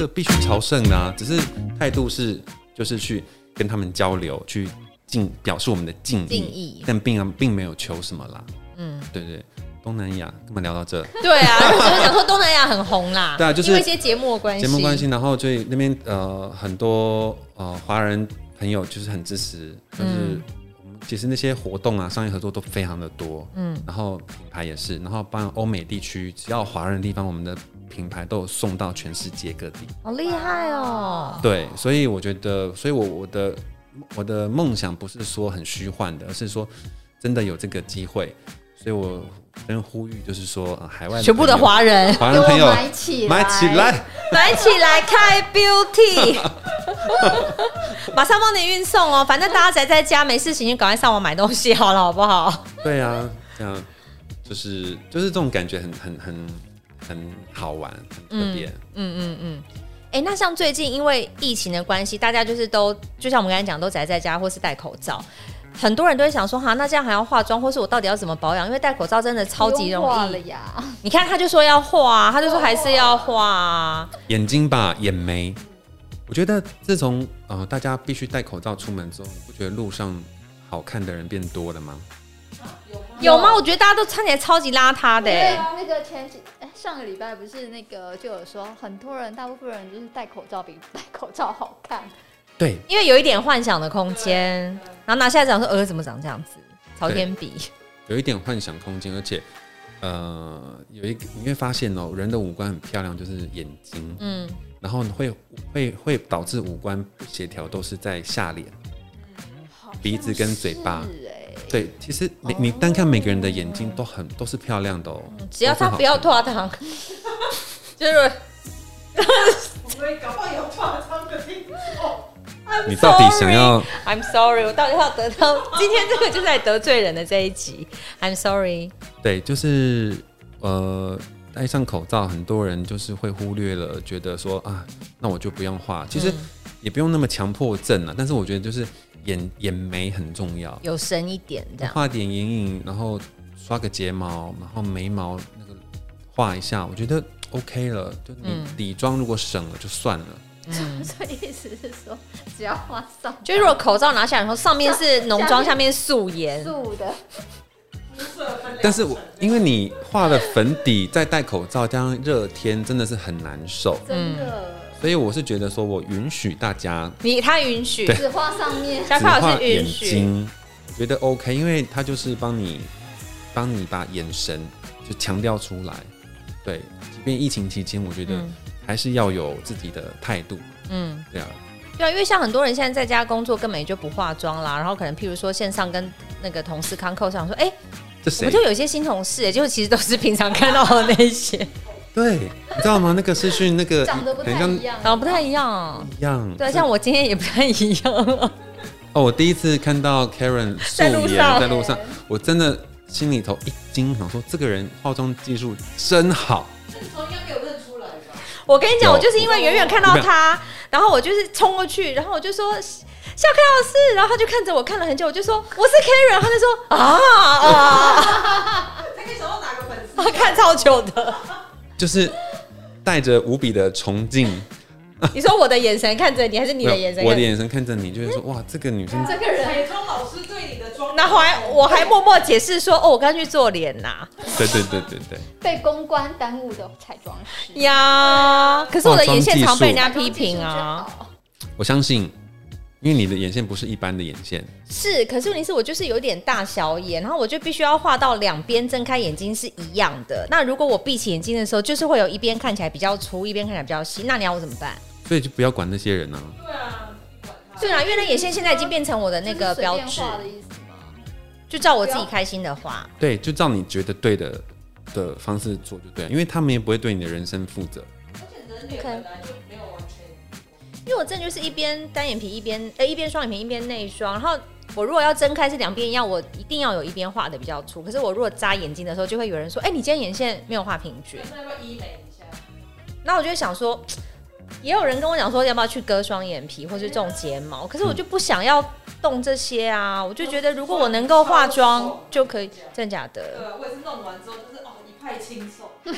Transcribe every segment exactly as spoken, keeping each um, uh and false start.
个必须朝圣的啊，只是态度是就是去跟他们交流，去敬表示我们的敬意， 敬意但并并没有求什么啦。嗯，对对。东南亚干嘛聊到这？ 对啊，就是讲说东南亚很红啦， 对啊，就是因为一些节目的关系， 节目关系，然后所以那边呃很多呃华人朋友就是很支持，就是、嗯、其实那些活动啊，商业合作都非常的多，嗯，然后品牌也是，然后帮欧美地区只要华人的地方，我们的品牌都有送到全世界各地， 好厉害哦。 对，所以我觉得，所以我我的我的梦想不是说很虚幻的，而是说真的有这个机会，所以我。跟呼吁就是说，呃、海外全部的华人， 华人朋友买起来， 买起来， 买起来开 Beauty， 马上帮你运送哦。反正大家宅在家没事情，就赶快上网买东西好了，好不好？ 对啊，这样就是就是这种感觉很很很很好玩，很特别。 嗯嗯嗯。哎、欸，那像最近因为疫情的关系，大家就是都就像我们刚才讲，都宅在家或是戴口罩。很多人都会想说，哈，那这样还要化妆，或是我到底要怎么保养？因为戴口罩真的超级容易了呀。 你看，他就说要画、啊，他就说还是要画、啊。 眼睛吧，眼眉。我觉得自从呃大家必须戴口罩出门之后，你不觉得路上好看的人变多了吗？ 有吗？我觉得大家都看起来超级邋遢的、欸。 对啊，那个前几上个礼拜不是那个就有说，很多人，大部分人就是戴口罩比戴口罩好看。 对， 因为有一点幻想的空间，然后拿下来讲说，呃，怎么长这样子？朝天比， 有一点幻想空间，而且，呃，有一你会发现哦，人的五官很漂亮，就是眼睛，嗯，然后会会会导致五官不协调，都是在下脸，鼻子跟嘴巴。对，其实你你单看每个人的眼睛都很都是漂亮的哦， 只要他不要脱糖，就是。 我们搞不好有化妆的听众。 你到底想要 ？I'm sorry， 我到底要得到今天这个就是在得罪人的这一集。I'm sorry。 对，就是呃，戴上口罩，很多人就是会忽略了，觉得说啊，那我就不用画。其实也不用那么强迫症啊，但是我觉得就是眼眼眉很重要， 有深一点这样， 画点眼影，然后刷个睫毛，然后眉毛那个画一下，我觉得 OK 了。就你底妆如果省了就算了。 嗯，所以意思是说，只要画上， 就如果口罩拿下来，然后上面是浓妆，下面素颜， 素的。 但是我因为你画了粉底，再戴口罩，加上热天，真的是很难受。 真的。 所以我是觉得说，我允许大家， 你他允许只画上面， 小卡老师允许， 眼睛，我觉得 OK， 因为他就是帮你帮你把眼神就强调出来。对，即便疫情期间，我觉得。嗯还是要有自己的态度，嗯，对啊， 对啊，因为像很多人现在在家工作，根本也就不化妆啦，然后可能譬如说线上跟那个同事康扣上说，哎、欸，这谁？我们就有一些新同事，哎，就其实都是平常看到的那些， 对，你知道吗？那个视讯那个长得不太一样， 长得不太一样， 一样， 对，像我今天也不太一样。 哦，我第一次看到 Karen 素颜在路上，我真的心里头一惊，想说这个人化妆技术真好。 我跟你讲，我就是因为远远看到他，然后我就是冲过去，然后我就说小 K 老师，然后他就看着我看了很久，我就说我是 Karen， 他就说啊啊， 才可以想到哪个粉丝？ 看超久的， 就是带着无比的崇敬。 你说我的眼神看着你，还是你的眼神看着你？ 我的眼神看着你，就是说哇，这个女生， 这个人， 彩妆老师对你的妆， 然后还我还默默解释说，哦，我刚去做脸呐。 对对对对对， 被公关耽误的彩妆师呀。可是我的眼线常被人家批评啊。 我相信，因为你的眼线不是一般的眼线。 是，可是问题是我就是有点大小眼，然后我就必须要画到两边睁开眼睛是一样的。那如果我闭起眼睛的时候，就是会有一边看起来比较粗，一边看起来比较细，那你要我怎么办？ 所以就不要管那些人啊。 对啊， 对啊，因为那眼线现在已经变成我的那个标志，就照我自己开心的画。 对，就照你觉得对的的方式做就对了，因为他们也不会对你的人生负责。 而且人脸本来就没有完全， 因为我真的就是一边单眼皮一边呃一边双眼皮一边内双，然后我如果要睁开是两边一样，我一定要有一边画的比较粗。可是我如果扎眼睛的时候，就会有人说：“哎、欸，你今天眼线没有画平均。” 那要不要医美一下？ 然后我就会想说。也有人跟我讲说要不要去割双眼皮或是种睫毛，可是我就不想要动这些啊，我就觉得如果我能够化妆就可以，真的假的？ 对，我也是弄完之后就是哦一派轻松。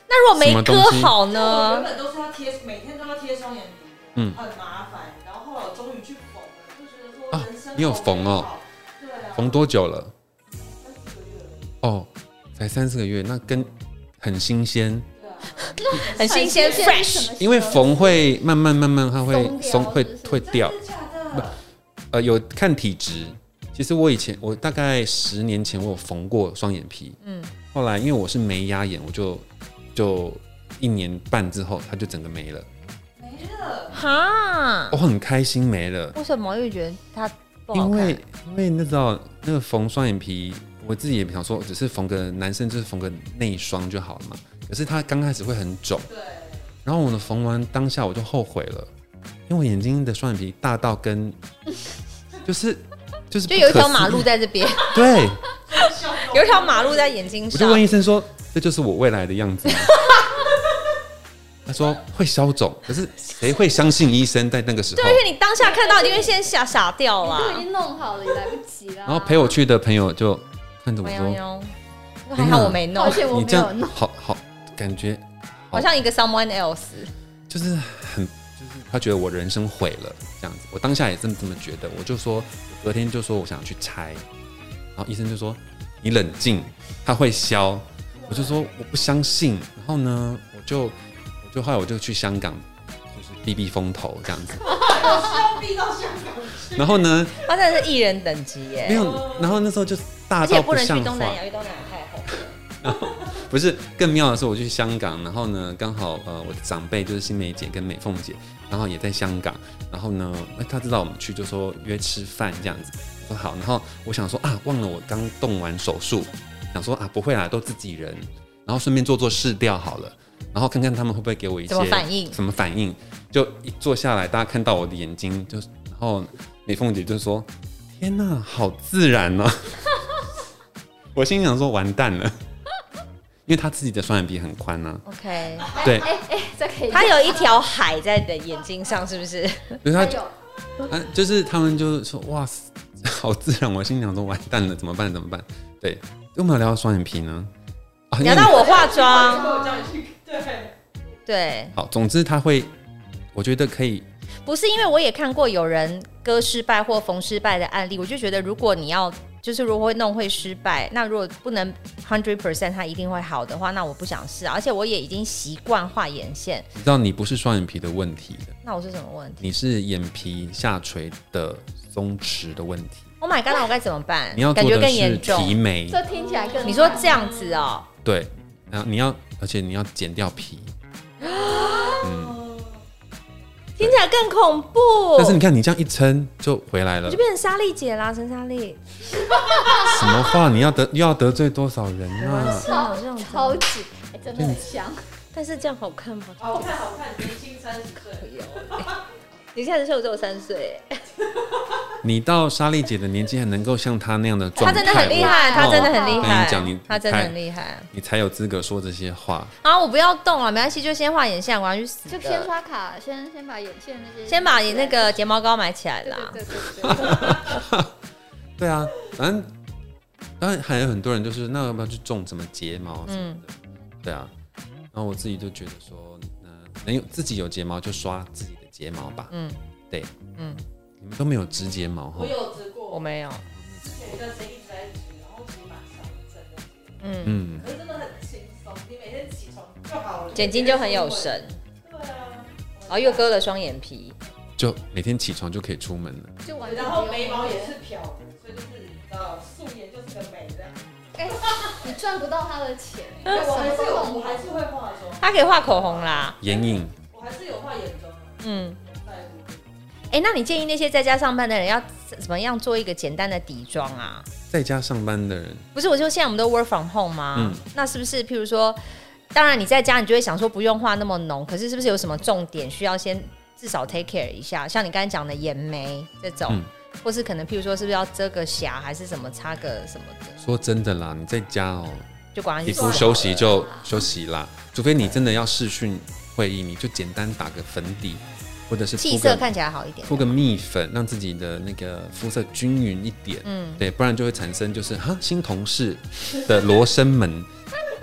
那如果没什么东割西好我呢原？本都是要贴，每天都要贴双眼皮， 嗯很麻烦。然后后来我终于去缝了，就觉得说啊人生你有缝哦好美好？对啊， 缝多久了？ 三四个月了。 哦，才三四个月，那跟很新鲜。 对啊， 很新鲜很 fresh。 因为缝会慢慢慢慢它会松掉松会是不是会掉， 真的假的？ 呃，有看体质。其实我以前我大概十年前我有缝过双眼皮， 嗯， 后来因为我是眉压眼，我就就一年半之后它就整个没了， 没了。 哈我，很开心没了， 为什么？因为觉得它不好看。 因为因为那知道那个缝双眼皮，我自己也想说只是缝个男生就是缝个内双就好了嘛，可是它刚开始会很肿， 对， 然后我呢缝完当下我就后悔了，因为我眼睛的双眼皮大到跟就是就是就有一条不可思议马路在这边， 对， 有一条马路在眼睛我就上。 问医生说这就是我未来的样子吗？他说会消肿，可是谁会相信医生在那个时候对，？因为你当下看到，一定会先傻傻掉你都啦已。经弄好了，也来不及啦。 然后陪我去的朋友就看着我说喵喵，还好我没弄而，且我你这样没有弄， 好好感觉好像一个 someone else。 就是很就是他觉得我人生毁了这样子，我当下也真的这么觉得，我就说我隔天就说我想去拆，然后医生就说你冷静，它会消，我就说我不相信，然后呢我就我就后来我就去香港就是避避风头这样子， 我是要逼到香港去。 然后呢他真的是艺人等级耶， 没有，然后那时候就大而且到不能去像话东南亚，因为东南亚太红了。 不是，更妙的是我去香港，然后呢，刚好呃我的长辈就是新梅姐跟美凤姐，然后也在香港，然后呢，哎他知道我们去，就说约吃饭这样子，我说好，然后我想说啊，忘了我刚动完手术，想说啊不会啦，都自己人，然后顺便做做试调好了，然后看看他们会不会给我一些什么反应什么反应，就一坐下来，大家看到我的眼睛，就然后美凤姐就说天哪，好自然哦，我心里想说完蛋了。因为他自己的双眼皮很宽啊， OK， 对， 哎哎，这可以。 他有一条海在你的眼睛上，是不是？ 所以他还有啊，就是他们就说哇塞，好自然，我心里想说完蛋了，怎么办？怎么办？对，我们有聊到双眼皮呢，啊， 聊到我化妆， 我叫你去，对， 对， 好，总之他会，我觉得可以， 不是因为我也看过有人割失败或缝失败的案例，我就觉得如果你要就是如果会弄会失败，那如果不能 hundred percent 它一定会好的话，那我不想试，而且我也已经习惯画眼线， 你知道你不是双眼皮的问题的， 那我是什么问题你是眼皮下垂的松弛的问题， ？Oh my god， 那我该怎么办？ 你要感觉更做的是提严重。 眉， 这听起来更…… 你说这样子哦、 对，然后你要，而且你要剪掉皮，嗯， 听起来更恐怖。 但是你看你这样一撑就回来了我就，变成莎莉姐啦，陈莎莉。 什么话你要得又要得罪多少人没关啊？ 系啊，这样子。 超级，哎，真的很像。 但是这样好看吗？ 好看好看，年轻三十岁。 你现在是我只有三岁， 你到莎莉姐的年纪还能够像她那样的状态， 她真的很厉害， 我她真的很厉我跟害。 你讲，你她真的才很厉害。 你才有资格说这些话。 啊，我不要动了，没关系，就先画眼线，我要去死就的。 先刷卡，先先把眼线那些， 先把你那个睫毛膏买起来啦。 对对对对对， 对啊，反正当然还有很多人就是那要不要去种什么睫毛什么的，对啊。然后我自己就觉得说，呃，能有自己有睫毛就刷自己的睫毛吧。 嗯， 对， 嗯， 你们都没有植睫毛哈我？有植过， 我没有。 之前有一段时间一直在植，然后其实蛮伤身的， 嗯， 嗯， 可是真的很轻松，你每天起床就好了， 眼睛就很有神， 对啊， 然后又割了双眼皮。 就每天起床就可以出门了。 就完全然后不用眉毛也是漂的，所以就是你知道素颜就是个美这样。 哎，你赚不到他的钱， 对，我还是有， 什么都弄我还是会化妆， 她可以画口红啦。 眼影我还是有画眼妆啊， 嗯， 在乎。 哎、那你建议那些在家上班的人要怎么样做一个简单的底妆啊？ 在家上班的人， 不是，我说现在我们都 work from home 吗？ 嗯那是不是譬如说，当然你在家你就会想说不用画那么浓，可是是不是有什么重点需要先至少 take care 一下？像你刚才讲的眼眉这种， 嗯或是可能譬如说是不是要遮个瑕，还是什么擦个什么的， 说真的啦，你在家哦， 就管它去做皮肤休息就休息啦，除非你真的要视讯会议，你就简单打个粉底，或者是敷个气色看起来好一点。 敷个蜜粉，让自己的那个肤色均匀一点。 嗯， 对，不然就会产生就是哈新同事的罗生门。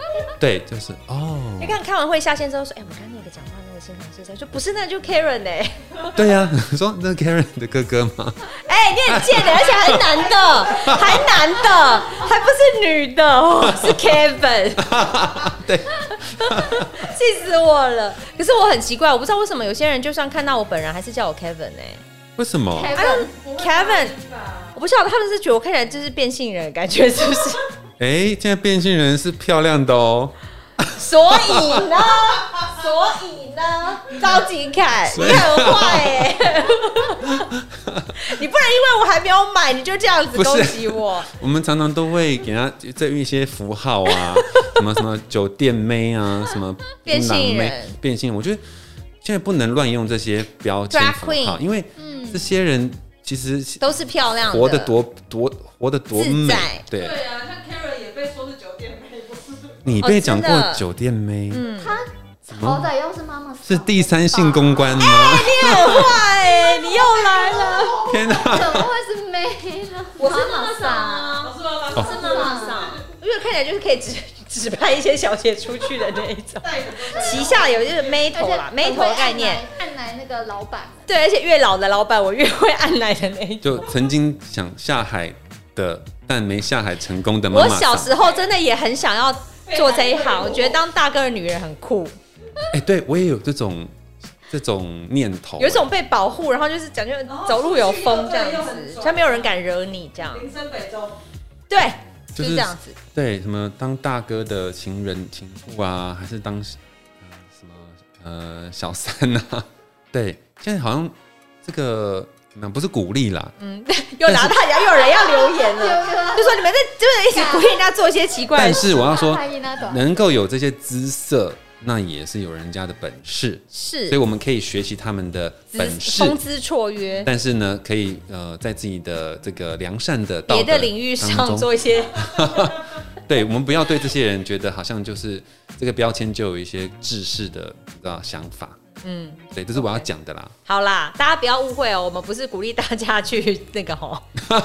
对，就是哦。 你看开完会下线之后说，哎、欸，我们刚刚那个讲话那个新同事谁？说不是，那就 Karen 哎、欸。 对呀、啊，你说那 Karen 的哥哥吗？ 哎、欸，你很贱的，而且还男的，还男的，还不是女的，哦、是 Kevin。 对， 气死我了。可是我很奇怪，我不知道为什么有些人就算看到我本人，还是叫我 Kevin 哎、欸。 为什么 ？Kevin Kevin， 我不晓得他们是觉得我看起来就是变性人的感觉，是不是？ 哎、欸，现在变性人是漂亮的哦。 所以呢，所以呢，着急看，你很坏哎、欸！你不能因为我还没有买，你就这样子攻击我。 我们常常都会给他这一些符号啊，什么什么酒店妹啊，什么变性人、 变性人。我觉得现在不能乱用这些标签符号，因为这些人其实都是漂亮的， 活得多多活得多美，对对啊，像 Karen 也被说是酒店妹，不是？ 你被讲过酒店妹？ 嗯，他好歹要是妈妈是第三性公关吗？ 哎、欸，你很坏哎、欸，你又来了！ 天哪， 怎么会是妹呢？ 我是妈妈桑啊， 我是妈妈桑，是妈妈桑，因为看起来就是可以指指派一些小姐出去的那一种，旗下有就是妹头啦，妹头的概念， 按奶那个老板。 对，而且越老的老板，我越会按奶的那一种。 就曾经想下海的，但没下海成功的妈妈桑。 我小时候真的也很想要做这一行，我觉得当大哥的女人很酷。 哎、欸，对我也有这种这种念头， 有一种被保护，然后就是讲究走路有风这样子，所以没有人敢惹你这样。 林森北中， 对， 就是这样子。 对，什么当大哥的情人情妇啊，还是当、呃、什么呃小三啊？对，现在好像这个怎么样？不是鼓励啦， 嗯，又拿大家又有人要留言了，就说你们在就是一直鼓励人家做一些奇怪的事。 但是我要说，能够有这些姿色。那也是有人家的本事， 是， 所以我们可以学习他们的本事， 风姿绰约。 但是呢，可以呃，在自己的这个良善的道德别的领域上做一些。 对，我们不要对这些人觉得好像就是这个标签就有一些制式的呃想法。嗯，对，这是我要讲的啦。 好啦，大家不要误会哦，我们不是鼓励大家去那个哦。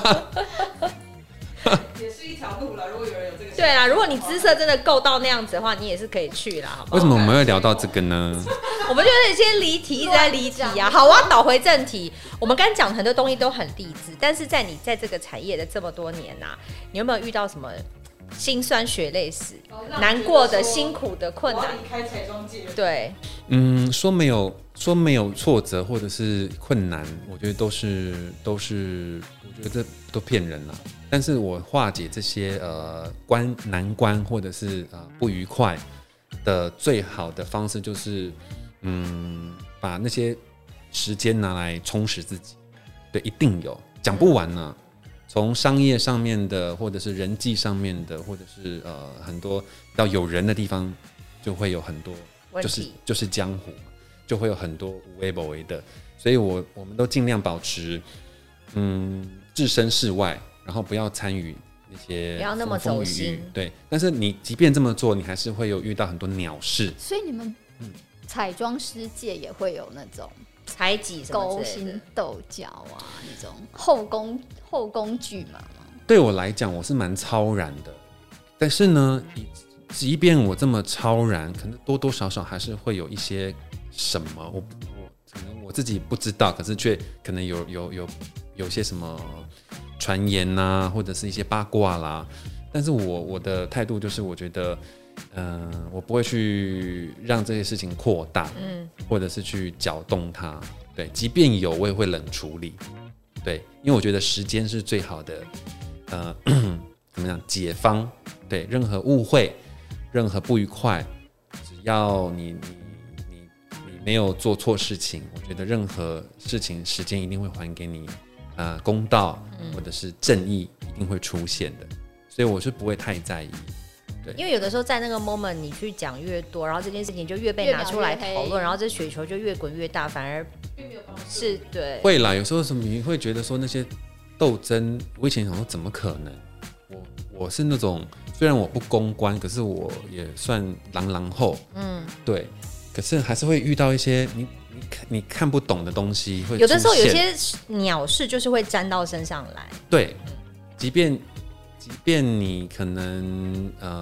也是一条路啦，如果有人有这个。 对啦，如果你姿色真的够到那样子的话，你也是可以去啦，好不好？ 为什么我们会聊到这个呢？ 我们就是先离题，一直在离题啊。好，我要导回正题。我们刚刚讲很多东西都很励志，但是在你在这个产业的这么多年啊，你有没有遇到什么辛酸血泪史、哦、难过的、辛苦的、困难？ 离开彩妆界。 对， 嗯，说没有说没有挫折或者是困难，我觉得都是都是，我觉得这都骗人了。但是我化解这些呃关难关或者是呃不愉快的最好的方式就是，嗯，把那些时间拿来充实自己。对，一定有，讲不完呢、啊。从商业上面的，或者是人际上面的，或者是呃很多到有人的地方，就会有很多，就是就是江湖嘛，就会有很多无为不为的。所以我我们都尽量保持，嗯，置身事外。然后不要参与那些不要那么走心， 对。但是你即便这么做，你还是会有遇到很多鸟事。 所以你们彩妆师界也会有那种猜忌什么勾心斗角啊，那种后宫后宫剧嘛。 对我来讲，我是蛮超然的，但是呢，即便我这么超然，可能多多少少还是会有一些什么，我我可能我自己不知道，可是却可能有有有有些什么。传言呐、啊，或者是一些八卦啦，但是我我的态度就是，我觉得，嗯、呃，我不会去让这些事情扩大，嗯，或者是去搅动它，对，即便有，我也会冷处理，对，因为我觉得时间是最好的，呃，怎么讲解方，对，任何误会，任何不愉快，只要你你你你没有做错事情，我觉得任何事情时间一定会还给你。呃，公道或者是正义一定会出现的，所以我是不会太在意。对， 因为有的时候在那个 moment 你去讲越多，然后这件事情就越被拿出来讨论，然后这雪球就越滚越大，反而并没有帮助。是，对， 会啦。有时候什么你会觉得说那些斗争，我以前想说怎么可能？我我是那种虽然我不公关，可是我也算狼狼后，嗯，对。可是还是会遇到一些你。你, 你看不懂的东西会出现， 有的时候有些鸟事就是会沾到身上来。 对，即便即便你可能呃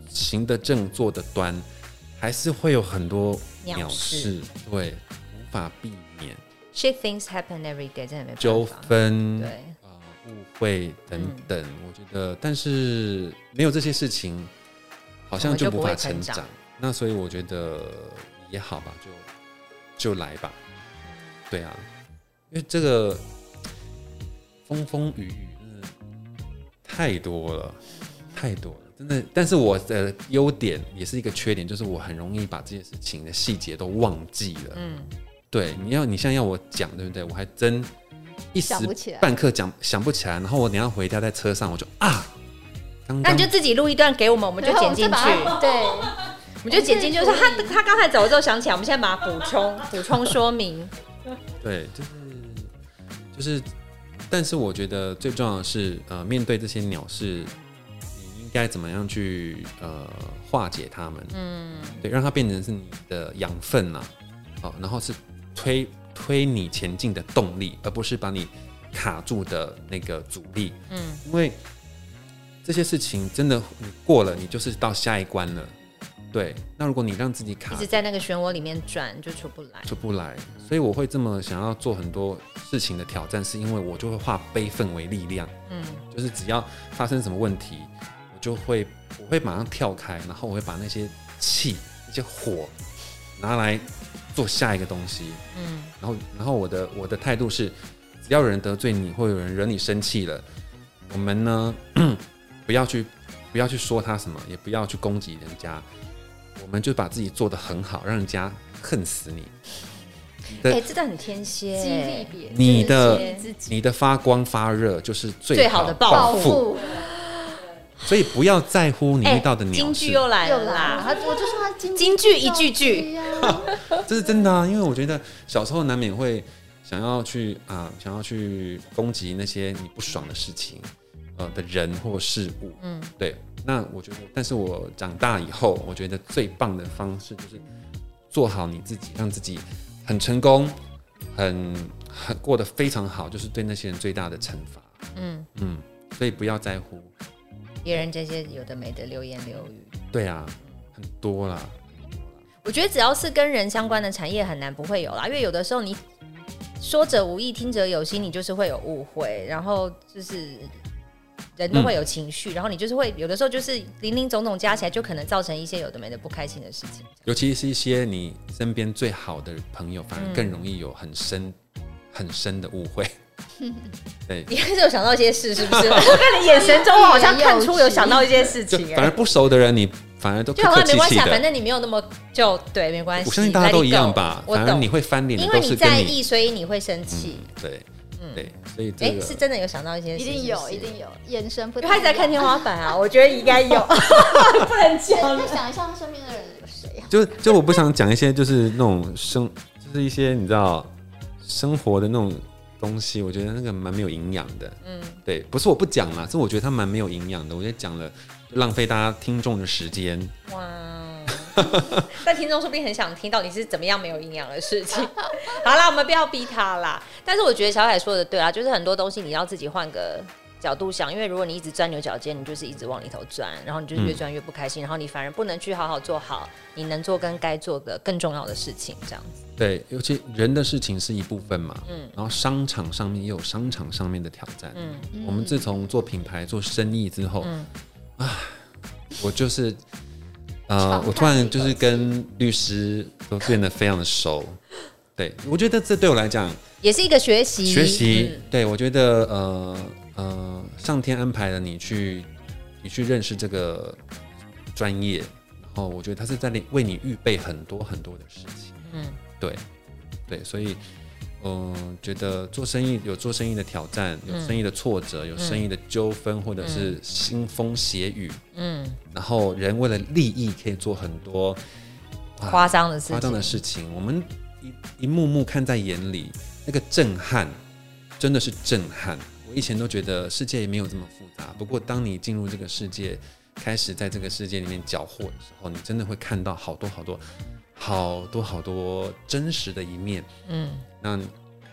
行得正坐得端，还是会有很多鸟事，对，无法避免。 Shit things happen every day， 真的没办法。 纠纷， 对， 呃，误会等等，嗯、我觉得，但是没有这些事情，好像就无法成长。那所以我觉得也好吧，就就来吧。对啊，因为这个风风雨雨真的太多了，太多了，真的。但是我的优点也是一个缺点，就是我很容易把这些事情的细节都忘记了。嗯，对，你要你现在要我讲，对不对？我还真一时半刻讲想不起来，然后我等一下回家在车上，我就啊，刚刚那你就自己录一段给我们，我们就剪进去。 对。 我们就剪进去，就是他他刚才走了之后想起来，我们现在把它补充补充说明。 对，就是就是，但是我觉得最重要的是，呃，面对这些鸟事，你应该怎么样去呃化解它们？嗯，对，让它变成是你的养分啊，好，然后是推推你前进的动力，而不是把你卡住的那个阻力。嗯，因为这些事情真的你过了，你就是到下一关了。对，那如果你让自己卡， 一直在那个漩涡里面转，就出不来， 出不来。所以我会这么想要做很多事情的挑战，是因为我就会化悲愤为力量。嗯，就是只要发生什么问题，我就会我会马上跳开，然后我会把那些气、那些火拿来做下一个东西。嗯，然后然后我的我的态度是，只要有人得罪你，或有人惹你生气了，我们呢不要去不要去说他什么，也不要去攻击人家。我们就把自己做得很好，让人家恨死你。 哎、欸，真的很天蝎， 激励别人。 你的你的发光发热就是最好的报复。所以不要在乎你遇到的鸟事。 金句又来了啦！ 我就说他金句一句句， 这是真的啊！因为我觉得小时候难免会想要去啊，想要去攻击那些你不爽的事情。呃的人或事物，嗯，对，那我觉得，但是我长大以后，我觉得最棒的方式就是做好你自己，让自己很成功，很很过得非常好，就是对那些人最大的惩罚，嗯嗯，所以不要在乎别人这些有的没的流言流语， 对啊，很多啦。 我觉得只要是跟人相关的产业，很难不会有啦，因为有的时候你说者无意，听者有心，你就是会有误会，然后就是。人都会有情绪、嗯，然后你就是会有的时候就是林林总总加起来，就可能造成一些有的没的不开心的事情。 尤其是一些你身边最好的朋友，反而更容易有很深、嗯、很深的误会。对， 你还是有想到一些事，是不是？我看你眼神中，我好像看出有想到一些事情。 反而不熟的人，你反而都客客气气的。 就好像没关系，反正你没有那么就对，没关系。 我相信大家都一样吧。反而你会翻脸的都是跟你， 因为你在意，所以你会生气。 嗯、对。对，所以哎、欸，是真的有想到一些事， 一定有，一定有，眼神不太。 因为他一直在看天花板啊，我觉得应该有，不能讲。 就想一下他身边的人有谁、啊？ 就就我不想讲一些就是那种生，就是一些你知道生活的那种东西，我觉得那个蛮没有营养的。嗯，对，不是我不讲啦，是我觉得它蛮没有营养的，我觉得讲了就浪费大家听众的时间。哇。 但听众说不定很想听到底是怎么样没有营养的事情。好啦，我们不要逼他啦。但是我觉得小凯说的对啊，就是很多东西你要自己换个角度想，因为如果你一直钻牛角尖，你就是一直往里头钻，然后你就越钻越不开心、嗯，然后你反而不能去好好做好你能做跟该做的更重要的事情，这样子。 对，尤其人的事情是一部分嘛，嗯，然后商场上面也有商场上面的挑战，嗯，我们自从做品牌做生意之后，嗯，啊，我就是。呃，我突然就是跟律师都变得非常的熟，对，我觉得这对我来讲也是一个学习。 学习，嗯、对我觉得呃呃，上天安排了你去，你去认识这个专业，然后我觉得他是在为你预备很多很多的事情，嗯，对对，所以。嗯、呃，觉得做生意有做生意的挑战，有生意的挫折，嗯、有生意的纠纷，或者是腥风血雨。嗯，然后人为了利益可以做很多夸张的事情。 夸张的事情，我们一一幕幕看在眼里，那个震撼真的是震撼。我以前都觉得世界也没有这么复杂，不过当你进入这个世界，开始在这个世界里面搅和的时候，你真的会看到好多好多。好多好多真实的一面，嗯，那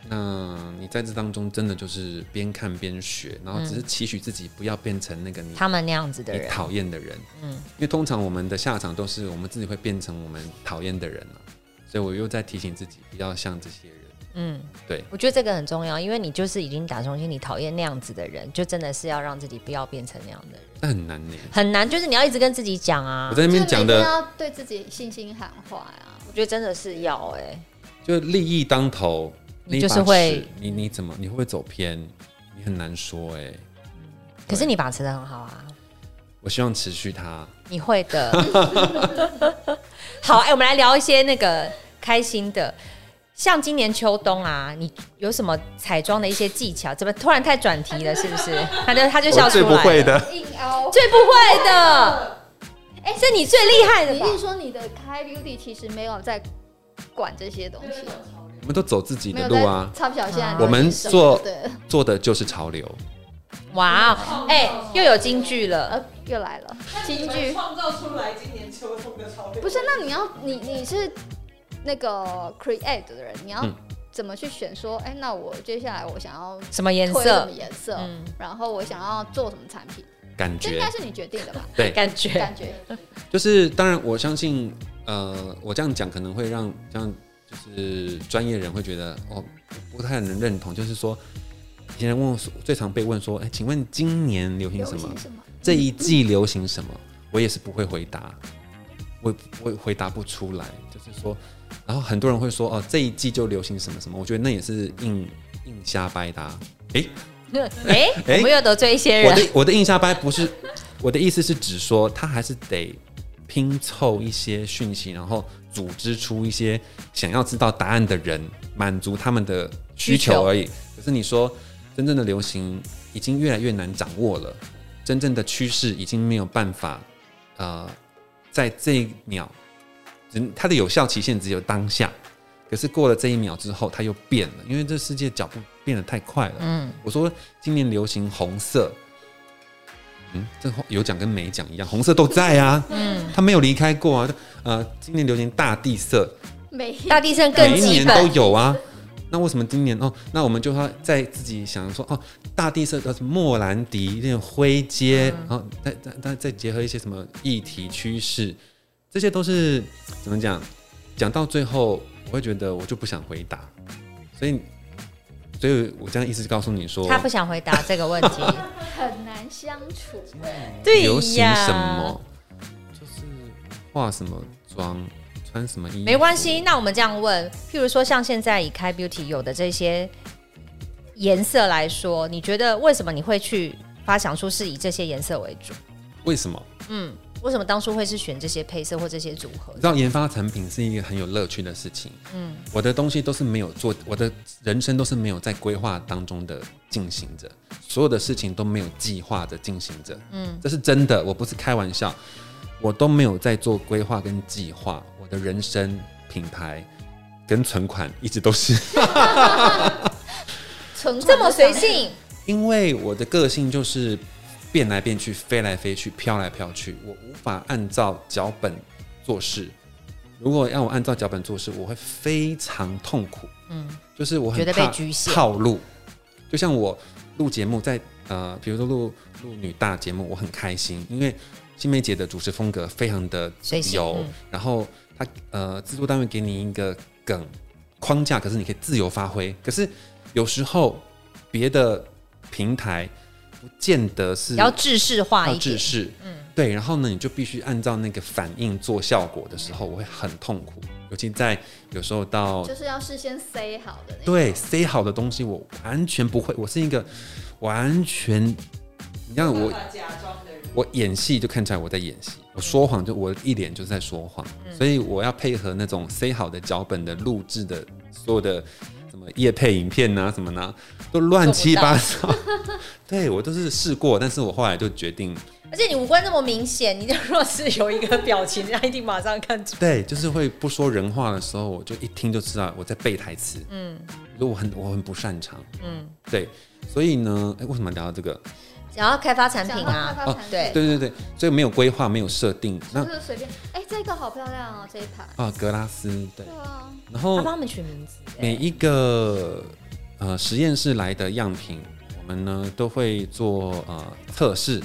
那你在这当中真的就是边看边学，然后只是期许自己不要变成那个你他们那样子的人， 你讨厌的人。嗯，因为通常我们的下场都是我们自己会变成我们讨厌的人了，所以我又在提醒自己不要像这些人。嗯，对， 我觉得这个很重要，因为你就是已经打从心里讨厌那样子的人，就真的是要让自己不要变成那样的人。 但很难呢， 很难，就是你要一直跟自己讲啊。 我在那边讲的， 要对自己信心喊话呀。 我觉得真的是要哎、欸， 就利益当头， 你就是会， 你你怎么你会不会走偏？你很难说哎、欸。 可是你把持得很好啊。 我希望持续它。 你会的。好，哎、欸，我们来聊一些那个开心的。像今年秋冬啊，你有什么彩妆的一些技巧？怎么突然太转题了？是不是？他就他就笑出来了。 我最不会的， 硬凹， 最不会的。哎、欸，是你最厉害的吧？ 你是说你的开 beauty 其实没有在管这些东西？ 我们都走自己的路啊。 超小现在我们做做的就是潮流。 哇哦，哎，又有金句了，呃， 又来了，金句创造出来今年秋冬的潮流。 不是，那你要你你是那个 create 的人，你要怎么去选？说，哎、欸，那我接下来我想要什么颜色？ 什么颜色？嗯，然后我想要做什么产品？ 感觉这应该是你决定的吧？ 对， 感觉感觉就是当然，我相信，呃，我这样讲可能会让这样就是专业人会觉得哦，不太能认同。就是说，以前人问我最常被问说，哎、欸，请问今年流行什么？ 什么这一季流行什么？我也是不会回答，我我回答不出来。就是说，然后很多人会说，哦，这一季就流行什么什么？我觉得那也是硬硬瞎掰的、啊。哎、欸。 哎、欸，我们又得罪一些人。 我的我的硬下掰不是我的意思是指说，他还是得拼凑一些讯息，然后组织出一些想要知道答案的人，满足他们的需求而已。可是你说真正的流行已经越来越难掌握了，真正的趋势已经没有办法，呃，在这一秒，它的有效期限只有当下。可是过了这一秒之后，它又变了，因为这世界脚步变得太快了。嗯，我说今年流行红色，嗯，这有讲跟没讲一样，红色都在啊，嗯，它没有离开过啊。呃，今年流行大地色， 大地色更基本， 每一年都有啊。那为什么今年哦？那我们就要在自己想说哦，大地色的莫兰迪那种灰阶，嗯、然后再再再结合一些什么议题趋势，这些都是怎么讲？讲到最后。我会觉得我就不想回答，所以，所以我这样意思告诉你说， 他不想回答这个问题， 很难相处。 对呀， 流行什么，就是化什么妆，穿什么衣服， 没关系。那我们这样问，譬如说像现在以开 beauty 有的这些颜色来说，你觉得为什么你会去发想出是以这些颜色为主？ 为什么？ 嗯。为什么当初会是选这些配色或这些组合？ 你知道研发产品是一个很有乐趣的事情。嗯，我的东西都是没有做，我的人生都是没有在规划当中的进行着，所有的事情都没有计划的进行着。嗯，这是真的，我不是开玩笑，我都没有在做规划跟计划。我的人生、品牌跟存款一直都是这么随性， 因为我的个性就是。变来变去，飞来飞去，飘来飘去，我无法按照脚本做事。如果让我按照脚本做事，我会非常痛苦。嗯，就是我很怕套路。就像我录节目在，在呃，比如说录录女大节目，我很开心，因为新梅姐的主持风格非常的自由，嗯、然后她呃制作单位给你一个梗框架，可是你可以自由发挥。可是有时候别的平台。不见得是要制式化一点， 制式，嗯，对，然后呢，你就必须按照那个反应做效果的时候，我会很痛苦，尤其在有时候到就是要事先 say 好的那， 对 say 好的东西，我完全不会，我是一个完全，你看我我演戏就看起来我在演戏，我说谎就我一脸就是在说谎，嗯、所以我要配合那种 say 好的脚本的录制的所有的。什么业配影片啊，什么呢，都乱七八糟。对我都是试过，但是我后来就决定。 而且你五官那么明显，你若是有一个表情，人家一定马上看出。 对，就是会不说人话的时候，我就一听就知道我在背台词。嗯，我很我很不擅长。嗯，对，所以呢，哎，为什么聊到这个？ 想要开发产品啊， 哦，对对对对，所以没有规划，没有设定， 那就是随便。哎，这个好漂亮哦，这一排啊，格拉斯，对， 对啊， 然后他帮他们取名字， 每一个呃实验室来的样品，我们呢都会做呃测试。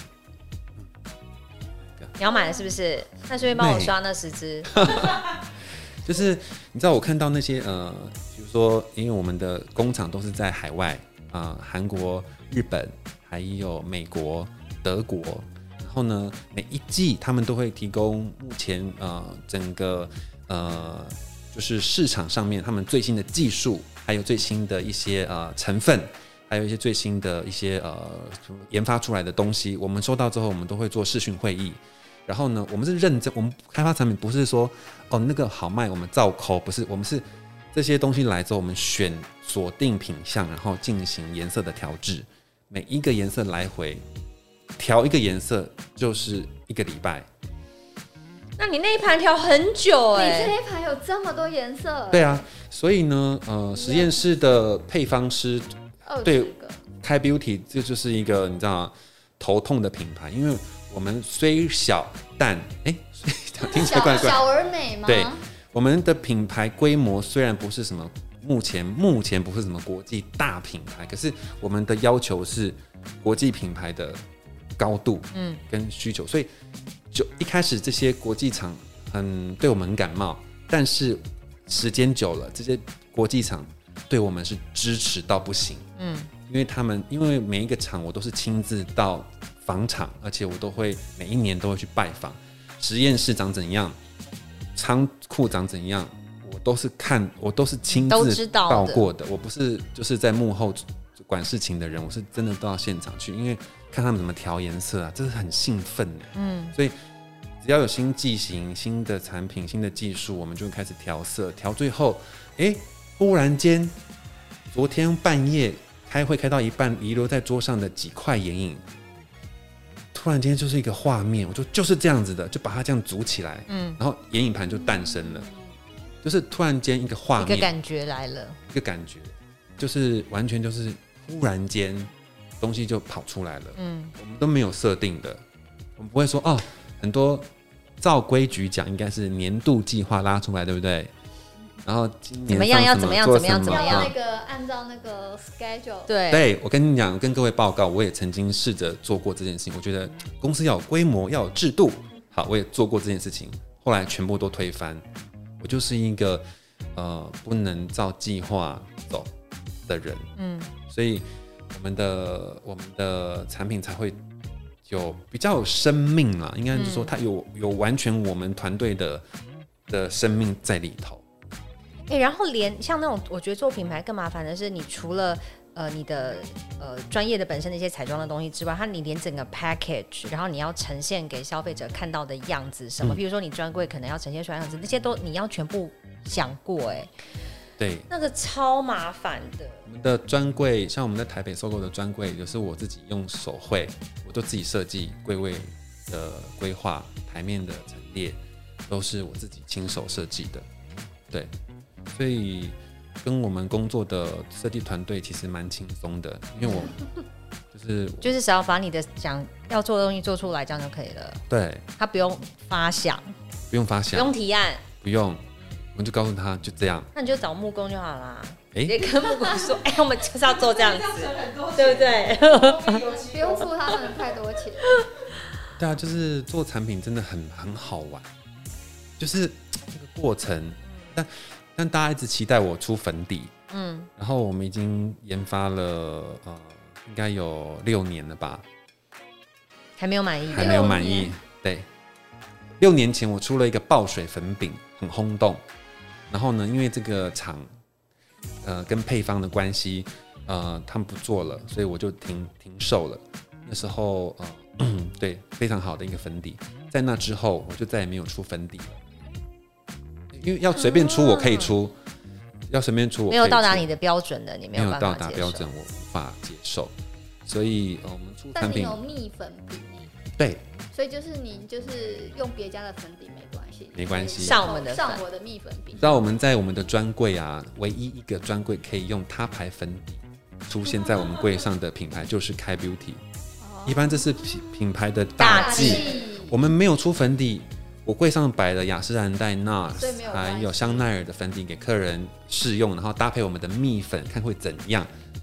你要买了是不是？那顺便帮我刷那十支。 就是你知道我看到那些呃，比如说，因为我们的工厂都是在海外啊，呃、韩国、日本，还有美国、德国。然后呢，每一季他们都会提供目前呃整个呃就是市场上面他们最新的技术，还有最新的一些呃成分，还有一些最新的一些呃研发出来的东西，我们收到之后，我们都会做视讯会议。然后呢，我们是认真，我们开发产品不是说哦那个好卖，我们照抠，不是，我们是这些东西来之后，我们选锁定品项，然后进行颜色的调制，每一个颜色来回调一个颜色就是一个礼拜。 那你那一盘调很久哎、欸， 你这一盘有这么多颜色、欸？ 对啊，所以呢，呃，实验室的配方师对开 Beauty 这就是一个你知道头痛的品牌，因为我们虽小但哎、欸，听起来怪怪， 小而美吗？ 对，我们的品牌规模虽然不是什么目前目前不是什么国际大品牌，可是我们的要求是国际品牌的高度，嗯，跟需求，所以就一开始这些国际厂很对我们很感冒，但是时间久了，这些国际厂对我们是支持到不行，嗯，因为他们因为每一个厂我都是亲自到访厂，而且我都会每一年都会去拜访实验室长怎样，仓库长怎样，我都是看，我都是亲自到过的，我不是就是在幕后管事情的人，我是真的到现场去，因为看他们怎么调颜色啊，这是很兴奋的，嗯，所以只要有新剂型、新的产品、新的技术，我们就开始调色，调最后，哎、欸，忽然间，昨天半夜开会开到一半，遗留在桌上的几块眼影。突然间就是一个画面，我就就是这样子的，就把它这样组起来，嗯，然后眼影盘就诞生了，就是突然间一个画面， 一个感觉来了， 一个感觉，就是完全就是忽然间东西就跑出来了，嗯，我们都没有设定的，我们不会说哦，很多照规矩讲应该是年度计划拉出来，对不对？然后今年怎么样要怎么样怎么样怎么样， 那个按照那个 schedule， 对对，我跟你讲，跟各位报告，我也曾经试着做过这件事情。我觉得公司要有规模，要有制度。好，我也做过这件事情，后来全部都推翻。我就是一个呃不能照计划走的人，嗯，所以我们的我们的产品才会有比较有生命啦，应该是说它有有完全我们团队的的生命在里头。 欸、然后连像那种，我觉得做品牌更麻烦的是，你除了呃你的呃专业的本身的一些彩妆的东西之外，它你连整个 package， 然后你要呈现给消费者看到的样子什么，比、嗯、如说你专柜可能要呈现出来的样子，那些都你要全部想过，哎、欸， 对， 那个超麻烦的。 我们的专柜，像我们在台北收购的专柜，也是我自己用手绘，我都自己设计柜位的规划，台面的陈列都是我自己亲手设计的，对。所以跟我们工作的设计团队其实蛮轻松的，因为我就是就是只要把你的想要做的东西做出来，这样就可以了。 对， 他不用发想， 不用发想， 不用提案， 不用，我们就告诉他就这样。 那你就找木工就好啦。 哎、欸， 直接跟木工说，哎、欸，我们就是要做这样子，对不对？ 不用付他们太多钱。 对啊，就是做产品真的很很好玩，就是这个过程，但。但大家一直期待我出粉底，嗯，然后我们已经研发了呃，应该有六年了吧， 还没有满意， 还没有满意。对，六年前我出了一个爆水粉饼，很轰动。然后呢，因为这个厂呃跟配方的关系，呃他们不做了，所以我就停停售了。那时候呃对，非常好的一个粉底，在那之后我就再也没有出粉底了。因为要随便出我可以出，嗯、要随便出我可以出没有到达你的标准的，你没有办法接受。 没有到达标准，我无法接受。所以、呃、我们出产品， 但你有蜜粉饼欸， 对， 所以就是你就是用别家的粉底没关系， 没关系， 上我们的上我的蜜粉饼。 知道我们在我们的专柜啊，唯一一个专柜可以用他牌粉底出现在我们柜上的品牌就是开 Beauty，、哦、一般这是品牌的大忌，我们没有出粉底。我柜上摆了雅诗兰黛、N A R S 还有香奈儿的粉底给客人试用，然后搭配我们的蜜粉，看会怎样。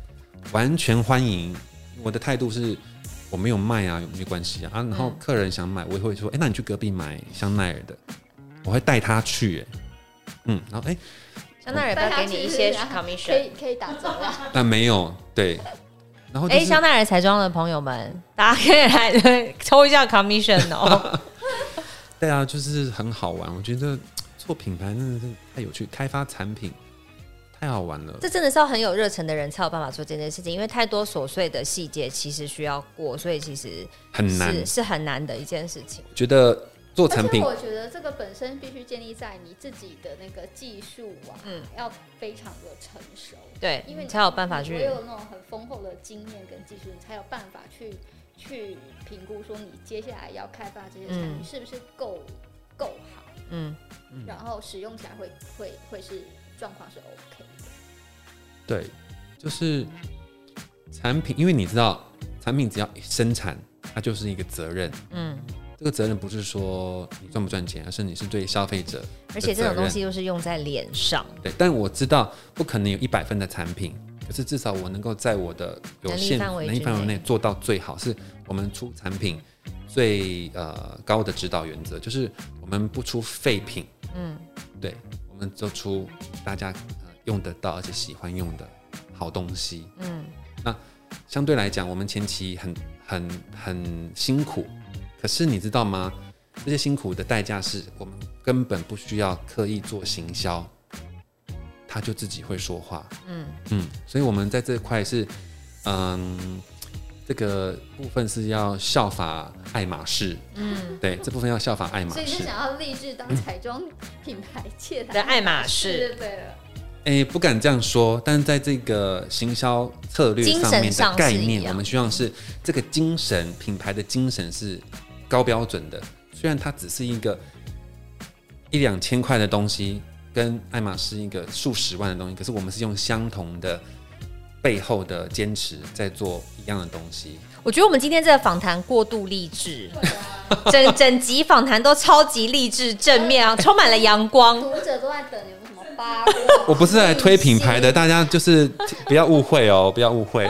完全欢迎。我的态度是，我没有卖啊，有没有关系啊？啊，然后客人想买，我也会说，哎、欸，那你去隔壁买香奈儿的，我会带他去、欸，嗯，然后哎， 香奈儿要不要给你一些 commission？ 可以可以打折啊。 但没有，对。然后、 哎、就是，香奈儿彩妆的朋友们，大家可以来抽一下 commission 哦。 对啊，就是很好玩。我觉得做品牌真的是太有趣，开发产品太好玩了。 这真的是要很有热忱的人才有办法做这件事情，因为太多琐碎的细节其实需要过，所以其实很难， 是是很难的一件事情。 我觉得做产品， 而且我觉得这个本身必须建立在你自己的那个技术啊，嗯，要非常的成熟。 对， 因为你才有办法去， 我有那种很丰厚的经验跟技术，你才有办法去去评估说你接下来要开发这些产品是不是够够好，嗯，然后使用起来会会会是状况是 OK 的。 对，就是产品，因为你知道，产品只要生产，它就是一个责任，嗯。这个责任不是说你赚不赚钱，而是你是对消费者的责任， 而且这种东西又是用在脸上。 对，但我知道不可能有一百分的产品，可是至少我能够在我的有限能力范围内做到最好。是我们出产品最呃高的指导原则，就是我们不出废品。嗯，对，我们就出大家、呃、用得到而且喜欢用的好东西。嗯，那相对来讲，我们前期很很很辛苦。可是你知道吗？这些辛苦的代价是我们根本不需要刻意做行销，他就自己会说话。嗯嗯，所以我们在这块是，嗯，这个部分是要效法爱马仕。嗯，对，这部分要效法爱马仕。 所以你是想要立志当彩妆品牌界的爱马仕？ 对了。 哎、欸，不敢这样说，但是在这个行销策略上面的概念，我们希望是这个精神，品牌的精神是高标准的。虽然它只是一个一两千块的东西，跟爱马仕一个数十万的东西，可是我们是用相同的背后的坚持在做一样的东西。 我觉得我们今天这个访谈过度励志，整整集访谈都超级励志正面啊，充满了阳光。 读者都在等有什么八卦。 我不是来推品牌的，大家就是不要误会哦，不要误会。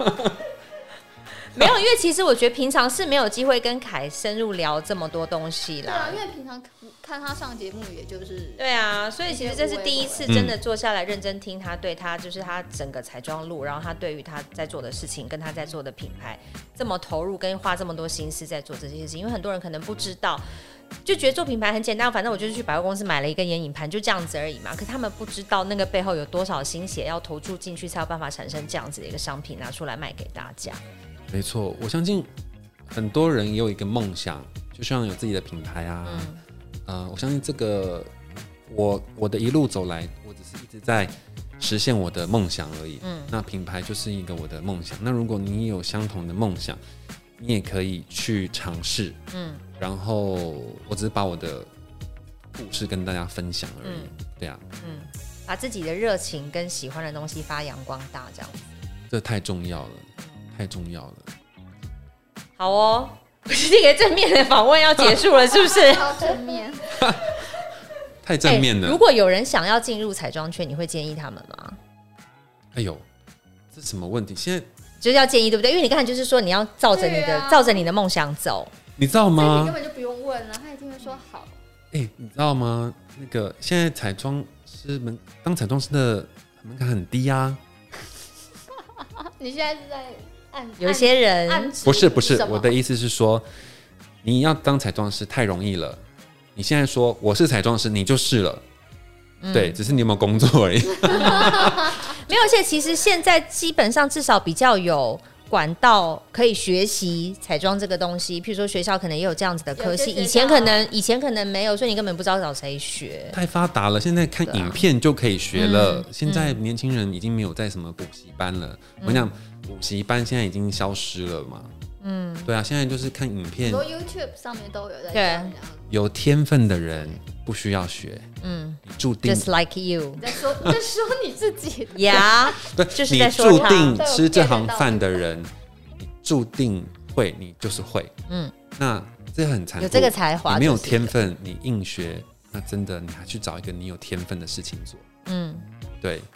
没有，因为其实我觉得平常是没有机会跟凯深入聊这么多东西啦。 对啊，因为平常看他上节目，也就是对啊，所以其实这是第一次真的坐下来认真听他对他就是他整个彩妆路，然后他对于他在做的事情跟他在做的品牌这么投入，跟花这么多心思在做这些事情。因为很多人可能不知道，就觉得做品牌很简单，反正我就是去百货公司买了一个眼影盘，就这样子而已嘛。可他们不知道那个背后有多少心血要投注进去，才有办法产生这样子的一个商品拿出来卖给大家。 没错，我相信很多人也有一个梦想，就希望有自己的品牌啊。嗯呃、我相信这个我我的一路走来，我只是一直在实现我的梦想而已。嗯，那品牌就是一个我的梦想。那如果你有相同的梦想，你也可以去尝试。嗯，然后我只是把我的故事跟大家分享而已。嗯、对啊， 嗯，把自己的热情跟喜欢的东西发扬光大，这样子， 这太重要了。太重要了。 好哦，这个正面的访问要结束了，是不是？ 超正面， 太正面了、 欸。如果有人想要进入彩妆圈，你会建议他们吗？ 哎呦，这什么问题？现在就是要建议，对不对？因为你刚才就是说你要照着你的、啊、照着你的梦想走， 你知道吗？ 你根本就不用问了，他一定会说好。 哎、欸，你知道吗？那个现在彩妆师门当彩妆师的门槛很低啊。 你现在是在按有一些人不是不是，我的意思是说，你要当彩妆师太容易了。你现在说我是彩妆师，你就是了，嗯、对，只是你有没有工作而已。 没有，而且其实现在基本上至少比较有管道可以学习彩妆这个东西，譬如说学校可能也有这样子的科系，以前可能以前可能没有，所以你根本不知道找谁学。 太发达了，现在看影片就可以学了。啊嗯、现在年轻人已经没有在什么补习班了。嗯、我跟你讲，补习班现在已经消失了嘛。嗯，对啊，现在就是看影片， 很多 YouTube 上面都有在讲。 有天分的人不需要学，嗯，你注定 just like you 在说在说你自己呀， yeah, 对， 就是在说你注定吃这行饭的人，你注定会，你就是会，嗯，那这很残酷， 有这个才华， 你没有天分，你硬学，那真的你还去找一个你有天分的事情做，嗯，对，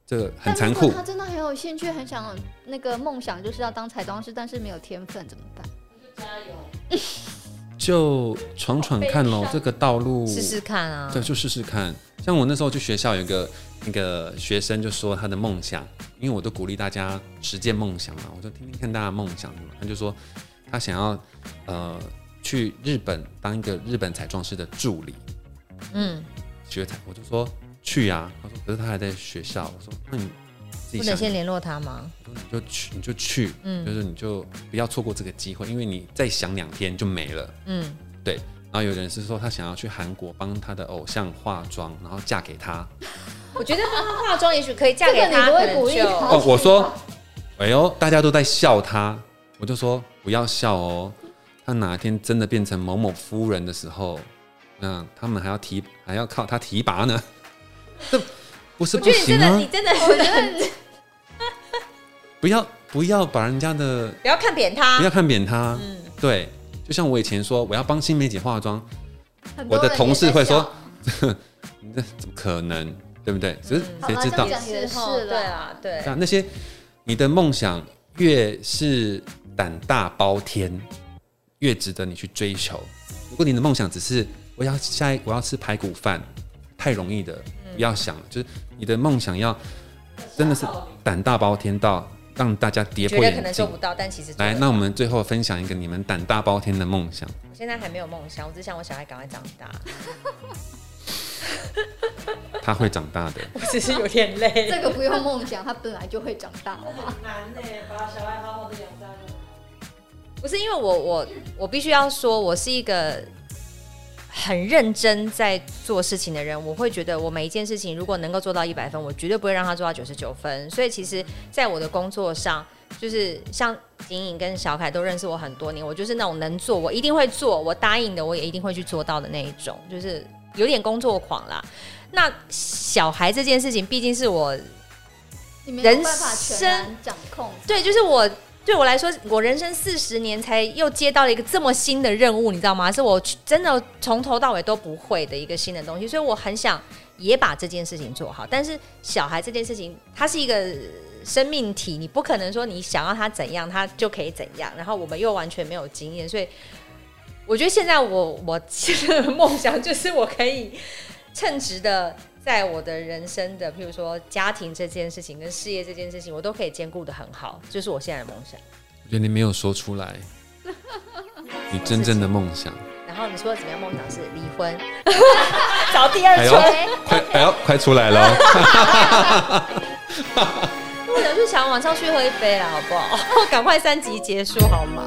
这个很残酷。 他真的很有兴趣，很想那个梦想就是要当彩妆师，但是没有天分怎么办？ 加油！ 就闯闯看咯，这个道路试试看啊。 对，就试试看。像我那时候去学校，有一个那个学生就说他的梦想，因为我都鼓励大家实践梦想嘛，我就听听看大家的梦想。他就说他想要呃去日本当一个日本彩妆师的助理。嗯，学彩，我就说去啊。他说可是他还在学校。我说那你自己不能先联络他吗？ 我说你就去，你就去，嗯，就是你就不要错过这个机会，因为你再想两天就没了。嗯，对。然后有人是说他想要去韩国帮他的偶像化妆，然后嫁给他。 我觉得帮他化妆也许可以嫁给他， 这个你不会鼓励他哦，我说，哎呦，大家都在笑他，我就说不要笑哦。他哪一天真的变成某某夫人的时候，那他们还要提，还要靠他提拔呢。这不是不行啊！ 你真的，我觉得不要不要把人家的不要看扁他， 不要看扁他。嗯，对。就像我以前说我要帮新梅姐化妆，我的同事会说：“你这怎么可能？对不对？”只是谁知道？ 也是对啦，对。 那些你的梦想越是胆大包天，越值得你去追求。如果你的梦想只是我要下一我要吃排骨饭，太容易的，不要想了。就是你的梦想要真的是胆大包天到。让大家跌破眼镜， 觉得可能做不到，但其实来，那我们最后分享一个你们胆大包天的梦想。 我现在还没有梦想，我只想我小孩赶快长大。 他会长大的， 我只是有点累。 这个不用梦想，他本来就会长大，好吗？ 很难呢，把小孩好好的养大。 不是因为我我我必须要说，我是一个很认真在做事情的人，我会觉得我每一件事情如果能够做到一百分，我绝对不会让他做到九十九分。所以其实在我的工作上，就是像景颖跟小凯都认识我很多年，我就是那种能做我一定会做，我答应的我也一定会去做到的那一种，就是有点工作狂啦。那小孩这件事情毕竟是我人生掌控， 对，就是我对我来说，我人生四十年才又接到了一个这么新的任务，你知道吗？是我真的从头到尾都不会的一个新的东西，所以我很想也把这件事情做好。但是小孩这件事情，它是一个生命体，你不可能说你想要他怎样，他就可以怎样。然后我们又完全没有经验，所以我觉得现在我我现在的梦想就是我可以称职的。在我的人生的，譬如说家庭这件事情跟事业这件事情，我都可以兼顾得很好，就是我现在的梦想。 我觉得你没有说出来，你真正的梦想。 然后你说怎么样？梦想是离婚，找第二春， 哎快哎呦，快出来了！ 我想去想往上去喝一杯啦，好不好？赶快三集结束好吗？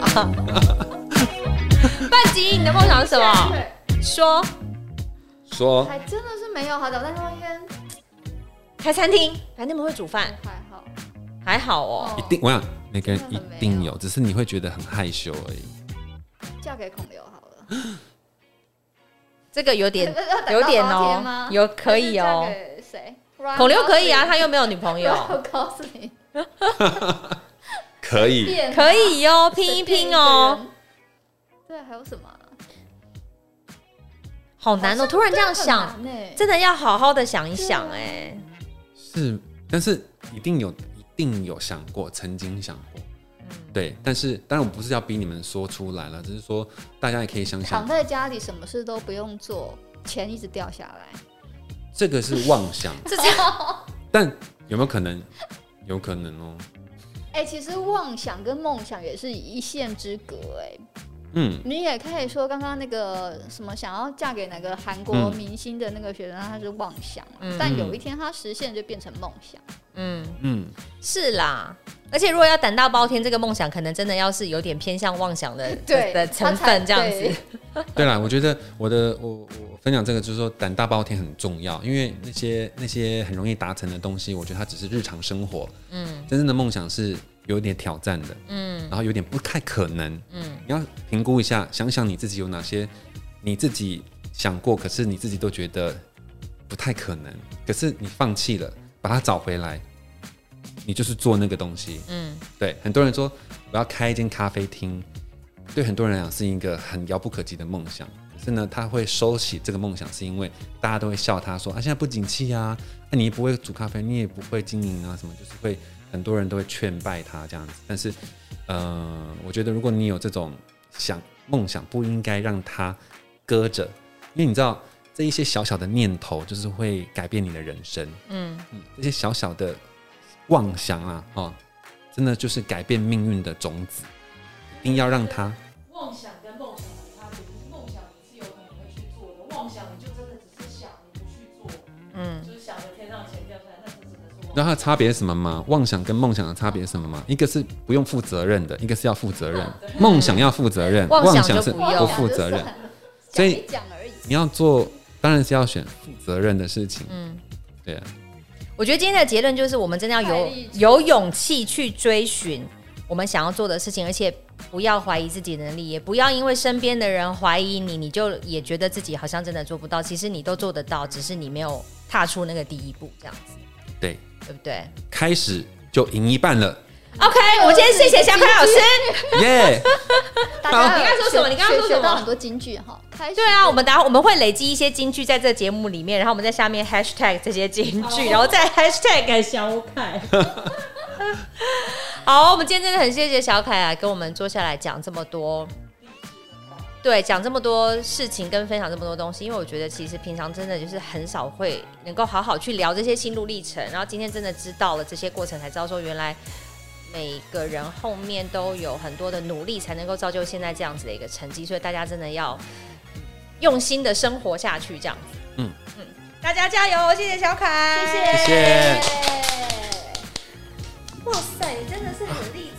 半集，你的梦想是什么？说说， 还真的是没有好的，但是那天开餐厅，反正你们会煮饭， 还好， 还好哦。 一定，我想每个人一定有，只是你会觉得很害羞而已。 嫁给孔刘好了， 这个有点有点哦，有可以哦。 谁？ 孔刘可以啊，他又没有女朋友。 我告诉你， 可以， 可以哦，拼一拼哦。 对，还有什么？ 好难哦！突然这样想，真的要好好的想一想哎。 是，但是一定有，一定有想过，曾经想过，嗯、对。但是当然我不是要逼你们说出来了，只是说大家也可以想想。 躺在家里什么事都不用做，钱一直掉下来， 这个是妄想。 是这样， 但有没有可能？有可能哦。 哎、欸，其实妄想跟梦想也是一线之隔哎、欸。 嗯， 你也可以说刚刚那个什么想要嫁给哪个韩国明星的那个学生，他是妄想、嗯，但有一天他实现就变成梦想。 嗯嗯，是啦。而且如果要胆大包天，这个梦想可能真的要是有点偏向妄想的对的成分这样子。 对, 对啦，我觉得我的我我分享这个就是说胆大包天很重要，因为那些那些很容易达成的东西，我觉得它只是日常生活。嗯，真正的梦想是有点挑战的，嗯，然后有点不太可能，嗯，你要评估一下，想想你自己有哪些你自己想过，可是你自己都觉得不太可能，可是你放弃了，把它找回来，你就是做那个东西，嗯，对。很多人说我要开一间咖啡厅，对很多人来讲是一个很遥不可及的梦想，可是呢，他会收起这个梦想，是因为大家都会笑他说啊，现在不景气啊，啊你也不会煮咖啡，你也不会经营啊，什么就是会很多人都会劝败他这样子。但是，呃，我觉得如果你有这种想梦想，不应该让它搁着，因为你知道这一些小小的念头，就是会改变你的人生。嗯嗯，这些小小的妄想啊，哦，真的就是改变命运的种子，一定要让它。 妄想跟梦想的差别就是梦想你是有可能会去做的，妄想你就真的只是想，你不去做，嗯，就是想着天上钱掉下来，那就只能是。 你知道它的差别是什么吗？妄想跟梦想的差别是什么吗？一个是不用负责任的，一个是要负责任。梦想要负责任，妄想是不负责任。所以你要做，当然是要选负责任的事情。嗯，对啊。 我觉得今天的结论就是，我们真的要有有勇气去追寻我们想要做的事情，而且不要怀疑自己的能力，也不要因为身边的人怀疑你，你就也觉得自己好像真的做不到。其实你都做得到，只是你没有踏出那个第一步，这样子。 对， 对不对？ 开始就赢一半了。 OK， 我今天谢谢小凯老师。 耶！ 大家你刚刚说什么？你刚刚说什么？ 学到很多金句哈。 对啊，我们等下我们会累积一些金句在这个节目里面，然后我们在下面 hashtag 这些金句，然后再 hashtag 小凯。好，我们今天真的很谢谢小凯啊，跟我们坐下来讲这么多，对，讲这么多事情跟分享这么多东西，因为我觉得其实平常真的就是很少会能够好好去聊这些心路历程，然后今天真的知道了这些过程，才知道说原来每个人后面都有很多的努力，才能够造就现在这样子的一个成绩，所以大家真的要用心的生活下去，这样子。嗯嗯，大家加油！谢谢小凯， 谢谢， 谢谢。 哇塞，你真的是很厉害。